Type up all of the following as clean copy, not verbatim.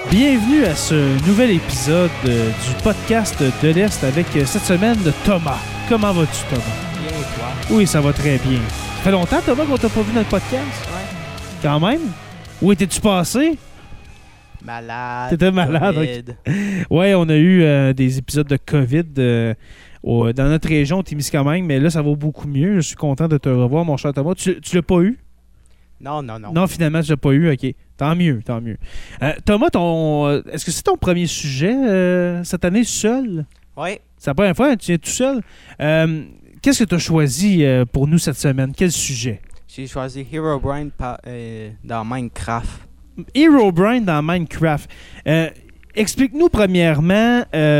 Bienvenue à ce nouvel épisode du podcast de l'Est avec cette semaine Thomas. Comment vas-tu, Thomas? Bien, et toi? Oui, ça va très bien. Ça fait longtemps, Thomas, qu'on t'a pas vu dans le podcast? Ouais. Quand même? Où étais-tu passé? Malade. T'étais malade. COVID. Ouais, on a eu des épisodes de COVID dans notre région, au Témiscamingue, mais là, ça va beaucoup mieux. Je suis content de te revoir, mon cher Thomas. Tu l'as pas eu? Non. Non, finalement, tu l'as pas eu. OK. Tant mieux. Thomas, est-ce que c'est ton premier sujet cette année seul? Oui. C'est la première fois que tu viens tout seul. Qu'est-ce que tu as choisi pour nous cette semaine? Quel sujet? J'ai choisi Herobrine dans Minecraft. Herobrine dans Minecraft. Explique-nous premièrement,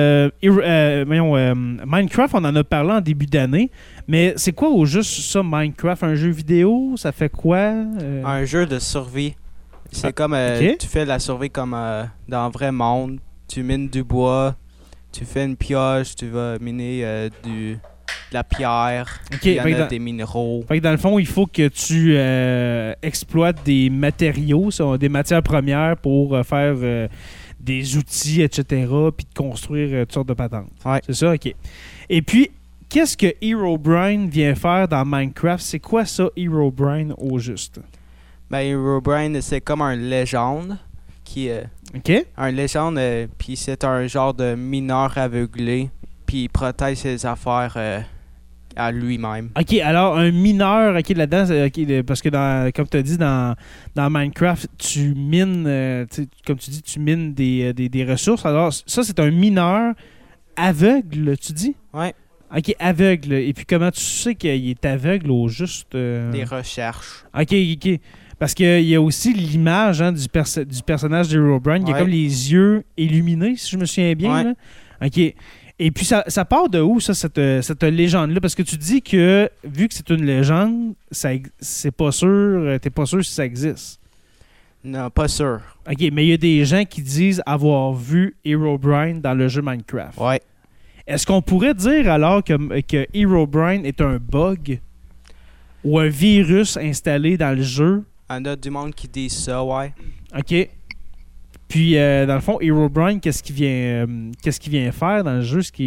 Minecraft, on en a parlé en début d'année, mais c'est quoi au juste ça, Minecraft? Un jeu vidéo? Ça fait quoi? Un jeu de survie. C'est comme, ok. tu fais la survie comme dans le vrai monde. Tu mines du bois, tu fais une pioche, tu vas miner de la pierre, Ok, il y en fait que a dans- des minéraux. Fait que dans le fond, il faut que tu exploites des matériaux, des matières premières pour faire des outils, etc., puis de construire toutes sortes de patentes. Ouais. C'est ça? OK. Et puis, qu'est-ce que Herobrine vient faire dans Minecraft? C'est quoi ça, Herobrine, au juste? Ben, Herobrine, c'est comme un légende qui OK? un légende, puis c'est un genre de mineur aveuglé, puis il protège ses affaires à lui-même. OK, alors un mineur, OK, là-dedans, parce que comme tu as dit, dans Minecraft, tu mines, comme tu dis, tu mines des ressources. Alors, ça, c'est un mineur aveugle, tu dis? Ouais, OK, aveugle. Et puis, comment tu sais qu'il est aveugle au juste? des recherches. OK. Parce qu'il y a aussi l'image du personnage d'Herobrine. Il y a Ouais. comme les yeux illuminés, si je me souviens bien. Ouais. Là. OK. Et puis, ça part de où, ça, cette légende-là? Parce que tu dis que, vu que c'est une légende, c'est pas sûr, t'es pas sûr si ça existe. Non, pas sûr. OK, mais il y a des gens qui disent avoir vu Herobrine dans le jeu Minecraft. Ouais. Est-ce qu'on pourrait dire alors que Herobrine est un bug ou un virus installé dans le jeu? Il y en a du monde qui dit ça, ouais. OK. Puis, dans le fond, Herobrine, qu'est-ce qu'il vient faire dans le jeu? Est-ce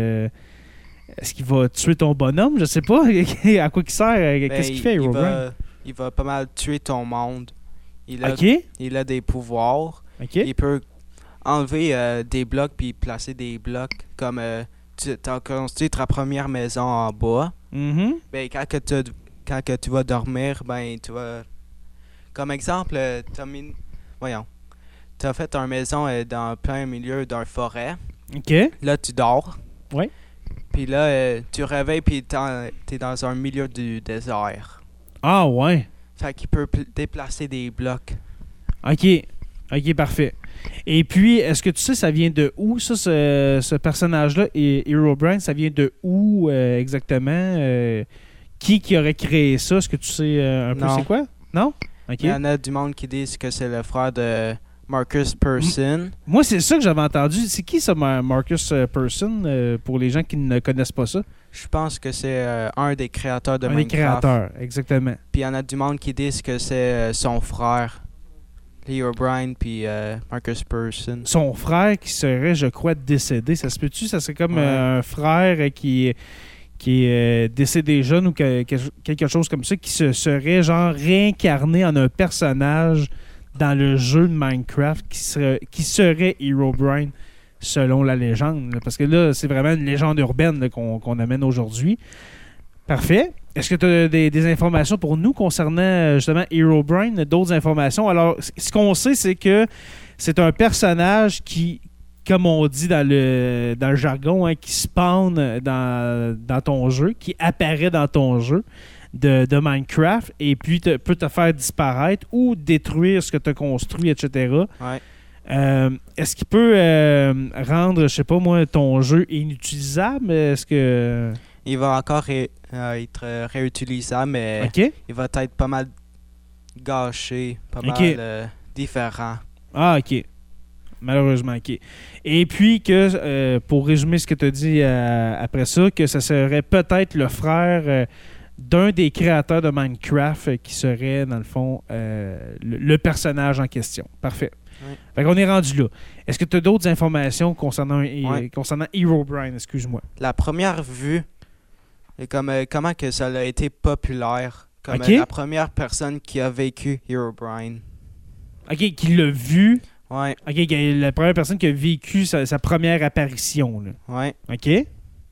qu'il va tuer ton bonhomme? Je sais pas. À quoi il sert? Qu'est-ce qu'il fait, Herobrine? Il va pas mal tuer ton monde. OK. Il a des pouvoirs. OK. Il peut enlever des blocs puis placer des blocs. Comme tu as construit ta première maison en bois. Mhm. Ben, quand que tu vas dormir, ben, tu vas... Comme exemple, t'as fait une maison dans plein milieu d'une forêt. OK. Là, tu dors. Ouais. Puis là, tu réveilles, puis t'es dans un milieu du désert. Ah, ouais. Fait qu'il peut déplacer des blocs. OK, parfait. Et puis, est-ce que tu sais, ça vient de où, ça, ce personnage-là, Herobrine? Ça vient de où exactement? Qui aurait créé ça? Est-ce que tu sais un peu Non. c'est quoi? Non? OK. Il y en a du monde qui disent que c'est le frère de Marcus Persson. Moi, c'est ça que j'avais entendu. C'est qui ça, Marcus Persson, pour les gens qui ne connaissent pas ça? Je pense que c'est un des créateurs de Un des Minecraft. créateurs, exactement. Puis il y en a du monde qui disent que c'est son frère, Herobrine, puis Marcus Persson. Son frère qui serait, je crois, décédé. Ça se peut-tu? Ça serait comme Ouais. un frère qui est décédé jeune ou quelque chose comme ça, qui se serait genre réincarné en un personnage dans le jeu de Minecraft qui serait Herobrine selon la légende. Là. Parce que là, c'est vraiment une légende urbaine là, qu'on amène aujourd'hui. Parfait. Est-ce que tu as des informations pour nous concernant justement Herobrine, d'autres informations? Alors, ce qu'on sait, c'est que c'est un personnage qui, comme on dit dans le jargon, qui spawn dans ton jeu, qui apparaît dans ton jeu de Minecraft et puis peut te faire disparaître ou détruire ce que tu as construit, etc. Ouais. Est-ce qu'il peut rendre, je sais pas moi, ton jeu inutilisable? Est-ce que... Il va encore être réutilisable, mais OK. il va être pas mal gâché, pas Ok. mal différent. Ah, OK. Malheureusement, OK. Et puis que, pour résumer ce que tu as dit après ça, que ça serait peut-être le frère d'un des créateurs de Minecraft qui serait, dans le fond, le personnage en question. Parfait. Ouais. Fait qu'on est rendu là. Est-ce que tu as d'autres informations concernant Ouais. Herobrine, excuse-moi? La première vue, et comme comment que ça a été populaire. Comme Ok. la première personne qui a vécu Herobrine. OK, qui l'a vu. Ouais, OK, la première personne qui a vécu sa première apparition. Là. ouais. OK?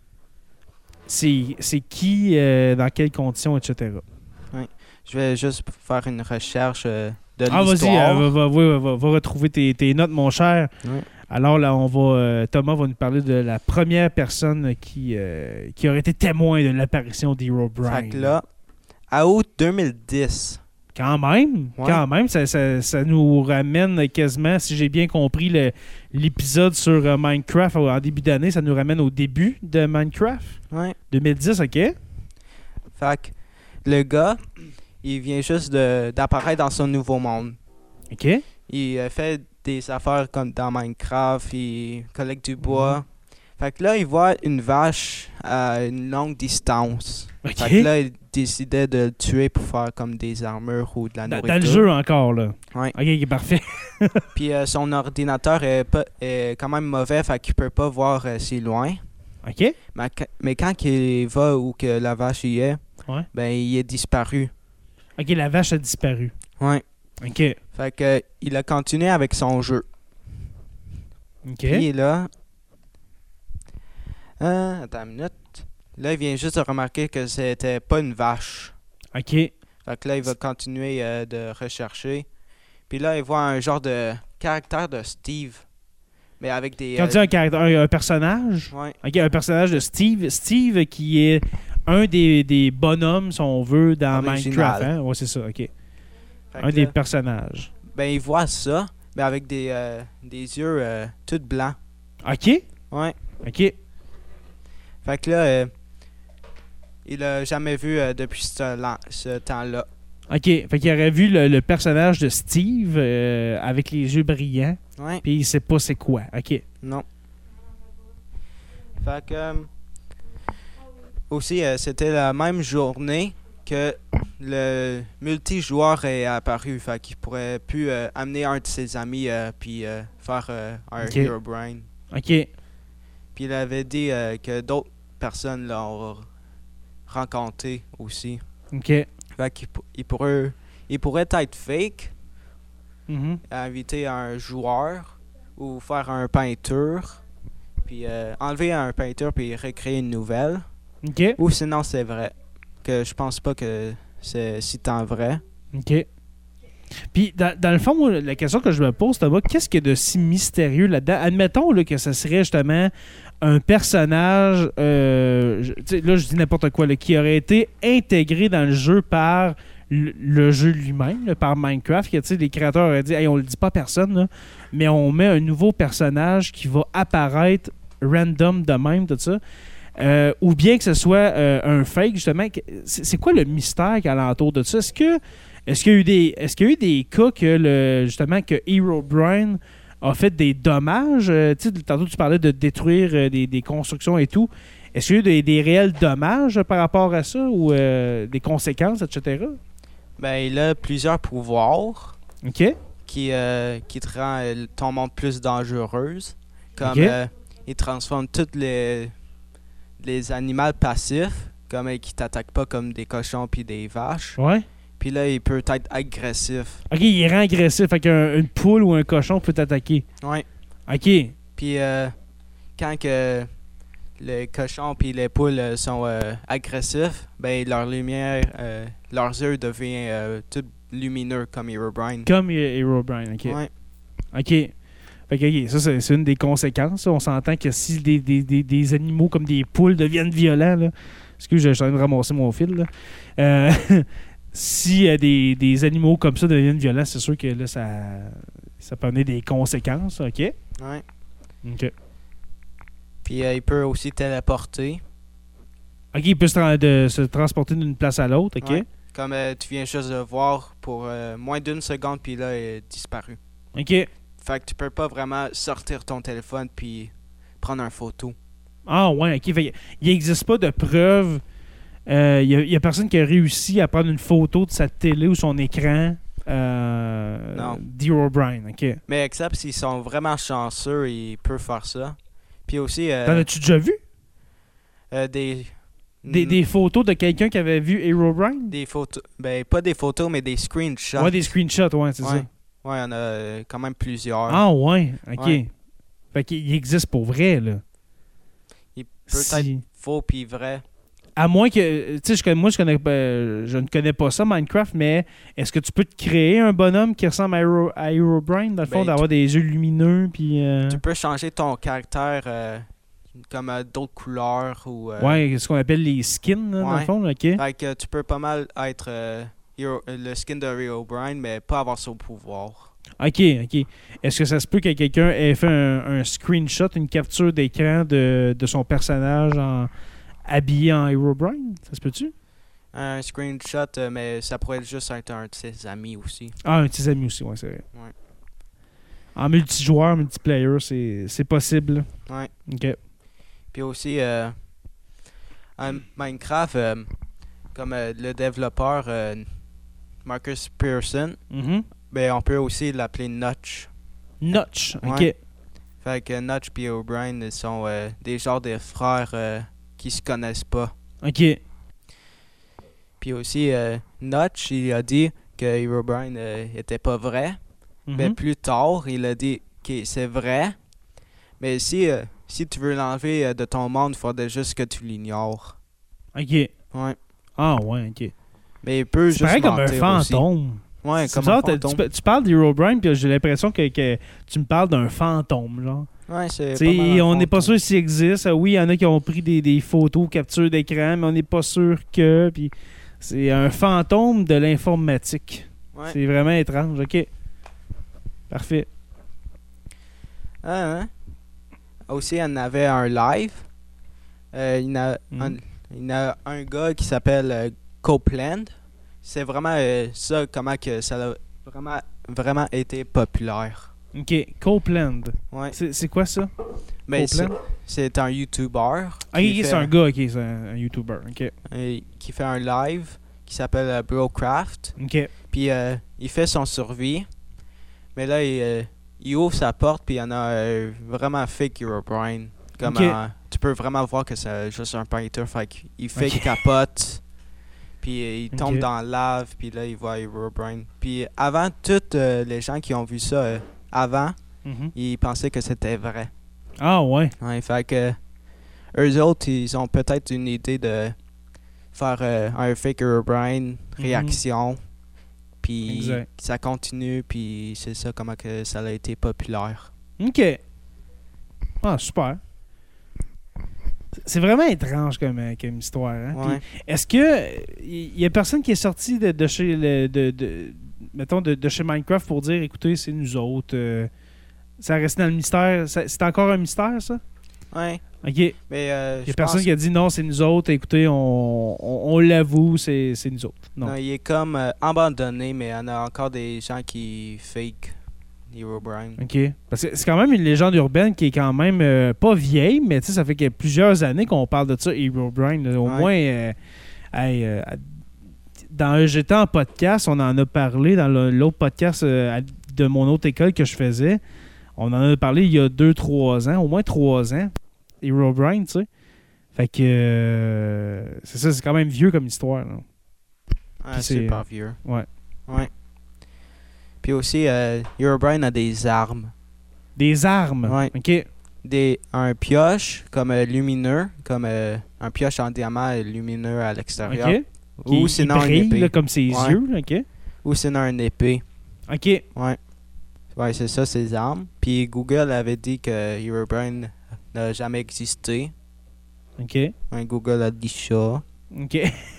C'est qui, dans quelles conditions, etc. Je vais juste faire une recherche de Ah, vas-y, l'histoire. va retrouver tes notes, mon cher. Ouais. Alors là, Thomas va nous parler de la première personne qui aurait été témoin de l'apparition d'Herobrine. Fait que là, à août 2010, Quand même, Ouais. ça nous ramène quasiment, si j'ai bien compris l'épisode sur Minecraft en début d'année, ça nous ramène au début de Minecraft. ouais. 2010, OK? Fait que le gars, il vient juste d'apparaître dans son nouveau monde. OK? Il fait des affaires comme dans Minecraft, il collecte du bois. Fait que là, il voit une vache à une longue distance. OK. Fait que là, il décidait de le tuer pour faire comme des armures ou de la Dans nourriture. le jeu encore, là. Ouais. OK, parfait. Puis son ordinateur est quand même mauvais, fait qu'il peut pas voir si loin. OK? Mais quand il va où que la vache y est, Ouais. ben il est disparu. OK, la vache a disparu. Ouais. OK. Fait que il a continué avec son jeu. OK. Puis là, attends une minute. Là, il vient juste de remarquer que c'était pas une vache. OK. Fait que là, il va continuer de rechercher. Puis là, il voit un genre de caractère de Steve. Mais avec des... Quand tu dis un caractère, un personnage, ouais, OK, un personnage de Steve. Steve qui est un des bonhommes, si on veut, dans Original. Minecraft. Hein? Ouais, c'est ça, OK. fait Un que des là, personnages. ben, il voit ça, mais avec des yeux tout blancs. OK? Ouais. OK. Fait que là, il l'a jamais vu depuis ce temps-là. OK. Fait qu'il aurait vu le personnage de Steve avec les yeux brillants, Ouais. puis il sait pas c'est quoi. OK. Non. Fait que... aussi, c'était la même journée que le multijoueur est apparu. Fait qu'il pourrait plus amener un de ses amis puis faire un Ok. Herobrine. OK. Puis il avait dit que d'autres personnes l'ont rencontré aussi. OK. Fait qu'il pourrait être fake, Mhm. inviter un joueur ou faire un peinture, puis enlever un peinture puis recréer une nouvelle. OK. Ou sinon c'est vrai. Que je pense pas que c'est si tant vrai. OK. Puis, dans le fond, moi, la question que je me pose, Thomas, qu'est-ce qu'il y a de si mystérieux là-dedans? Admettons là, que ce serait justement un personnage, tu sais, là, je dis n'importe quoi, là, qui aurait été intégré dans le jeu par le jeu lui-même, là, par Minecraft. Que, tu sais, les créateurs auraient dit, hey, on le dit pas à personne, là, mais on met un nouveau personnage qui va apparaître random de même, tout ça. Ou bien que ce soit un fake, justement. C'est quoi le mystère qui est alentour de ça? Est-ce qu'il y a eu des cas que justement que Herobrine a fait des dommages? Tu sais, tantôt tu parlais de détruire des constructions et tout. Est-ce qu'il y a eu des réels dommages par rapport à ça ou des conséquences, etc.? Ben, il a plusieurs pouvoirs OK. qui te rend ton monde plus dangereuse. Comme Ok. il transforme tous les animaux passifs, comme qui t'attaquent pas comme des cochons puis des vaches. Ouais. Puis là, il peut être agressif. OK, il rend agressif. Fait qu'une poule ou un cochon peut t'attaquer. Ouais. OK. Puis quand que les cochons puis les poules sont agressifs, ben leur lumière, leurs yeux deviennent tout lumineux comme Herobrine. Comme Herobrine. OK. Ouais. OK. Fait que, OK, ça, c'est une des conséquences. Ça. On s'entend que si des animaux comme des poules deviennent violents, là, excuse, je suis en train de ramasser mon fil, là. Si des animaux comme ça deviennent violents, c'est sûr que là, ça peut amener des conséquences. OK? Ouais. OK. Puis il peut aussi téléporter. OK, il peut se transporter d'une place à l'autre. OK? Ouais. Comme tu viens juste de voir pour moins d'une seconde, puis là, il est disparu. OK. Fait que tu peux pas vraiment sortir ton téléphone puis prendre une photo. Ah, ouais, OK. Fait, il n'existe pas de preuve y a personne qui a réussi à prendre une photo de sa télé ou son écran Non. d'Herobrine. OK. Mais except s'ils sont vraiment chanceux, ils peuvent faire ça. Puis aussi, T'en as-tu déjà vu? des... Des photos de quelqu'un qui avait vu Herobrine? Des photos... Ben, pas des photos, mais des screenshots. Ouais, des screenshots, ouais, c'est ça. Ouais, il y en a quand même plusieurs. Ah ouais, OK. Ouais. Fait qu'il existe pour vrai, là. Il peut être faux puis vrai. À moins que... Tu sais, je ne connais pas ça, Minecraft, mais est-ce que tu peux te créer un bonhomme qui ressemble à Herobrine, dans le fond, Ben, d'avoir des yeux lumineux, puis... Tu peux changer ton caractère comme d'autres couleurs ou... Ouais, ce qu'on appelle les skins, là, dans le fond, OK. Fait que tu peux pas mal être le skin de Herobrine, mais pas avoir son pouvoir. OK. Est-ce que ça se peut que quelqu'un ait fait un screenshot, une capture d'écran de son personnage habillé en Herobrine? Ça se peut-tu? Un screenshot, mais ça pourrait juste être un de ses amis aussi. Ah, un de ses amis aussi, ouais, c'est vrai. Ouais. En multijoueur, multiplayer, c'est possible. Ouais. OK. Puis aussi, Minecraft, comme le développeur Marcus Pearson, ben, on peut aussi l'appeler Notch. Notch, OK. Ouais. Fait que Notch et O'Brien sont des genres de frères qui se connaissent pas. OK. Puis aussi, Notch, il a dit que Herobrine était pas vrai. Mais plus tard, il a dit que c'est vrai. Mais si tu veux l'enlever de ton monde, il faudrait juste que tu l'ignores. OK. Ouais. Ah ouais, OK. Mais il peut juste pareil comme un mentir fantôme. Aussi. Ouais, c'est comme bizarre, un fantôme. Tu parles d'Herobrine, puis j'ai l'impression que tu me parles d'un fantôme, genre. Ouais, c'est pas mal on n'est pas sûr s'il existe. Oui, il y en a qui ont pris des photos, captures d'écran, mais on n'est pas sûr que... Puis c'est un fantôme de l'informatique. Ouais. C'est vraiment étrange. OK. Parfait. Aussi, il y en avait un live. Il y a un gars qui s'appelle Copeland. C'est vraiment ça, comment que ça a vraiment été populaire. OK. Copeland. Ouais. C'est quoi ça? Ben, c'est un YouTuber. C'est un gars, OK. C'est un YouTuber. OK. Qui fait un live qui s'appelle Brocraft. OK. Puis il fait son survie. Mais là, il ouvre sa porte, puis il y en a vraiment fake Herobrine. Comme tu peux vraiment voir que c'est juste un painter. Fait qu'il fait qu'il capote. Puis il tombe dans la lave, puis là, il voit Herobrine. Puis avant, tous les gens qui ont vu ça avant, ils pensaient que c'était vrai. Ah ouais? Ouais, fait que eux autres, ils ont peut-être une idée de faire un fake Herobrine réaction. Puis ça continue, puis c'est ça comment que ça a été populaire. OK. Ah, super. C'est vraiment étrange comme histoire. Hein? Ouais. Est-ce que il y a personne qui est sorti de chez mettons de chez Minecraft pour dire écoutez, c'est nous autres. Ça reste dans le mystère. C'est encore un mystère, ça? Ouais. OK. Mais il y a personne qui a dit non, c'est nous autres. Écoutez, on l'avoue, c'est nous autres. Non, il est comme abandonné, mais il y en a encore des gens qui fake Herobrine. OK. Parce que c'est quand même une légende urbaine qui est quand même pas vieille, mais tu sais, ça fait que plusieurs années qu'on parle de ça, Herobrine. Au moins, j'étais en podcast, on en a parlé dans l'autre podcast de mon autre école que je faisais. On en a parlé il y a 2-3 ans, au moins 3 ans. Herobrine, tu sais. Fait que c'est ça, c'est quand même vieux comme histoire. Là. Ouais, c'est super vieux. Ouais. Puis aussi, Herobrine a des armes. Des armes? Ouais. OK. Un pioche comme lumineux, comme un pioche en diamant lumineux à l'extérieur. OK. Ou sinon brille, une épée. Là, comme ses yeux. OK. Ou sinon une épée. OK. Ouais, c'est ça, ses armes. Puis Google avait dit que Herobrine n'a jamais existé. OK. Ouais, Google a dit ça. OK.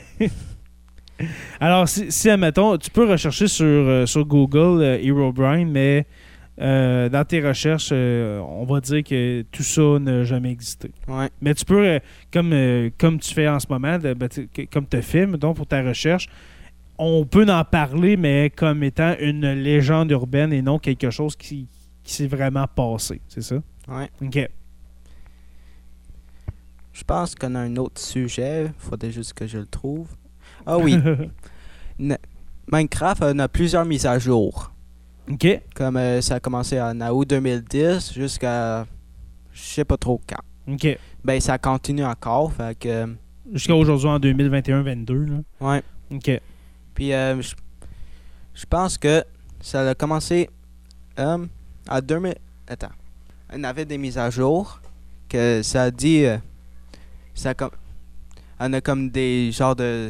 Alors, si admettons, tu peux rechercher sur Google Herobrine, mais dans tes recherches, on va dire que tout ça n'a jamais existé. Ouais. Mais tu peux, comme tu fais en ce moment, comme tu fais, mettons, pour ta recherche, on peut en parler, mais comme étant une légende urbaine et non quelque chose qui s'est vraiment passé. C'est ça? Ouais. OK. Je pense qu'on a un autre sujet. Faudrait juste que je le trouve. Ah oui. Minecraft a plusieurs mises à jour. OK. Comme ça a commencé en août 2010 jusqu'à je sais pas trop quand. OK. Ben ça continue encore. Fait que. Jusqu'à aujourd'hui en 2021-22. Là. Ouais. OK. Puis je pense que ça a commencé à 2000. Attends. On avait des mises à jour que ça dit. On a comme des genres de.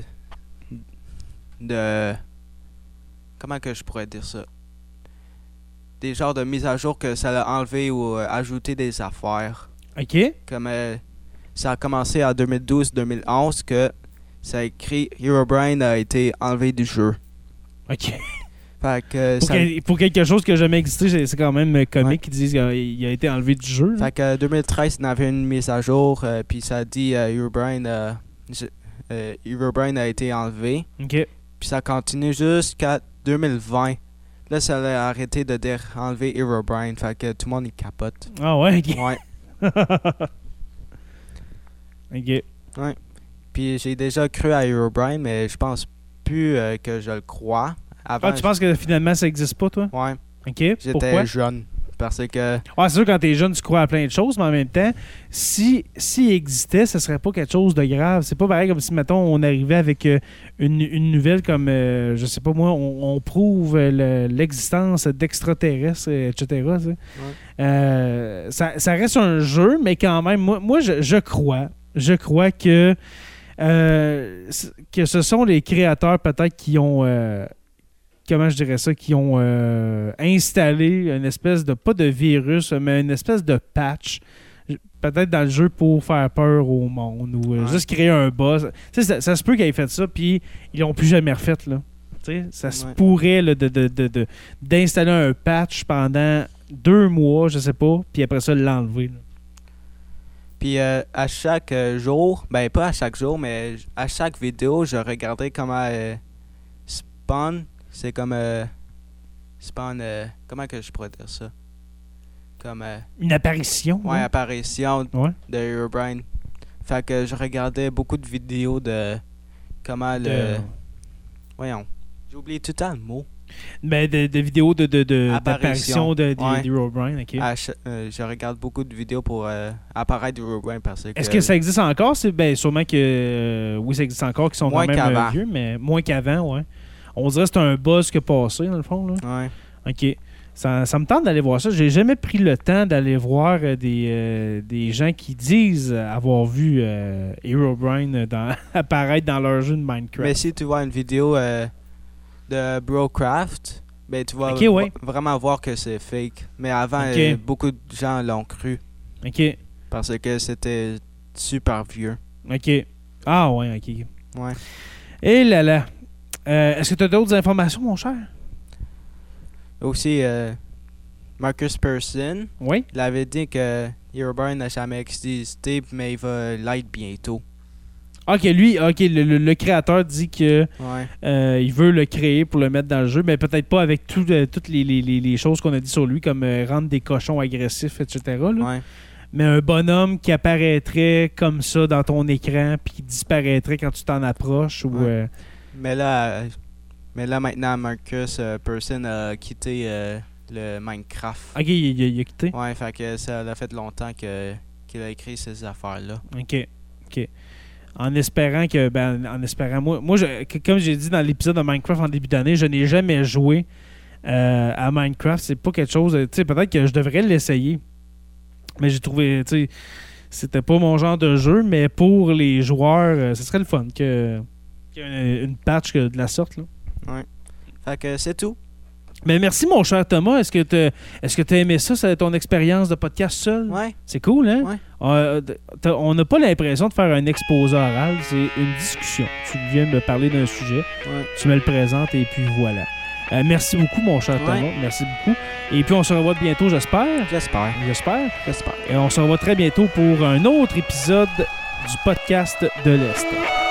Comment que je pourrais dire ça? Des genres de mises à jour que ça a enlevé ou ajouté des affaires. OK. Comme ça a commencé en 2012-2011 que ça a écrit Herobrine a été enlevé du jeu. OK. Fait que pour quelque chose qui n'a jamais existé, c'est quand même comique qui disent qu'il a été enlevé du jeu. Fait que 2013, on avait une mise à jour, puis ça dit Herobrine a été enlevé. OK. Puis ça continue jusqu'à 2020. Là, ça a arrêté de dire enlever Herobrine. Fait que tout le monde y capote. Ah ouais? OK. Ouais. OK. Ouais. Puis j'ai déjà cru à Herobrine, mais je pense plus que je le crois. Avant, Tu penses que finalement ça n'existe pas, toi? Ouais. OK. J'étais Pourquoi? jeune. Parce que. Ah, c'est sûr, quand t'es jeune, tu crois à plein de choses, mais en même temps, s'il existait, ce serait pas quelque chose de grave. C'est pas pareil comme si, mettons, on arrivait avec une nouvelle comme, je sais pas moi, on prouve l'existence d'extraterrestres, etc. Ouais. Ça reste un jeu, mais quand même, moi je crois que ce sont les créateurs peut-être qui ont... comment je dirais ça, qui ont installé une espèce de, pas de virus, mais une espèce de patch, peut-être dans le jeu pour faire peur au monde ou juste créer un buzz. Tu sais, ça se peut qu'ils aient fait ça, puis ils l'ont plus jamais refait, là. Tu sais, ça se pourrait là, d'installer un patch pendant 2 mois, je sais pas, puis après ça, l'enlever. Là. Puis à chaque jour, ben pas à chaque jour, mais à chaque vidéo, je regardais comment Spawn... C'est comme Spawn, comment que je pourrais dire ça? Comme une apparition. Ouais, apparition de Herobrine. Fait que je regardais beaucoup de vidéos de comment voyons, j'ai oublié tout le temps le mot. Mais de vidéos d'apparition de Herobrine, OK. Je regarde beaucoup de vidéos pour apparaître Herobrine parce que... Est-ce que ça existe encore? Sûrement que oui, ça existe encore, qui sont moins quand même vieux, mais moins qu'avant, ouais. On dirait que c'est un buzz qui a passé, dans le fond. Là. Ouais. OK. Ça me tente d'aller voir ça. J'ai jamais pris le temps d'aller voir des gens qui disent avoir vu Herobrine apparaître dans leur jeu de Minecraft. Mais si tu vois une vidéo de Brocraft, ben tu vas vraiment voir que c'est fake. Mais avant, beaucoup de gens l'ont cru. OK. Parce que c'était super vieux. OK. Ah ouais, OK. Ouais. Et là là. Est-ce que tu as d'autres informations, mon cher? Aussi, Marcus Persson, il avait dit que Herobrine n'a jamais existé, mais il va l'être bientôt. OK, le créateur dit que il veut le créer pour le mettre dans le jeu, mais peut-être pas avec toutes les choses qu'on a dit sur lui, comme rendre des cochons agressifs, etc. Là. Ouais. Mais un bonhomme qui apparaîtrait comme ça dans ton écran puis qui disparaîtrait quand tu t'en approches. Ou, Mais là, maintenant, Marcus Persson a quitté le Minecraft. OK, il a quitté? Ouais, fait que ça a fait longtemps qu'il a écrit ces affaires-là. OK. En espérant moi comme j'ai dit dans l'épisode de Minecraft en début d'année, je n'ai jamais joué à Minecraft. C'est pas quelque chose... Tu sais, peut-être que je devrais l'essayer. Mais j'ai trouvé... Tu sais, c'était pas mon genre de jeu, mais pour les joueurs, ce serait le fun qu'il y ait une patch de la sorte, là. Ouais. Fait que c'est tout. Mais merci, mon cher Thomas. Est-ce que tu as aimé ça? C'est ton expérience de podcast seul? Ouais. C'est cool, hein? Ouais. On n'a pas l'impression de faire un exposé oral. C'est une discussion. Tu viens me parler d'un sujet. Ouais. Tu me le présentes et puis voilà. Merci beaucoup, mon cher Thomas. Merci beaucoup. Et puis, on se revoit bientôt, j'espère. J'espère. Et on se revoit très bientôt pour un autre épisode du podcast de l'Est.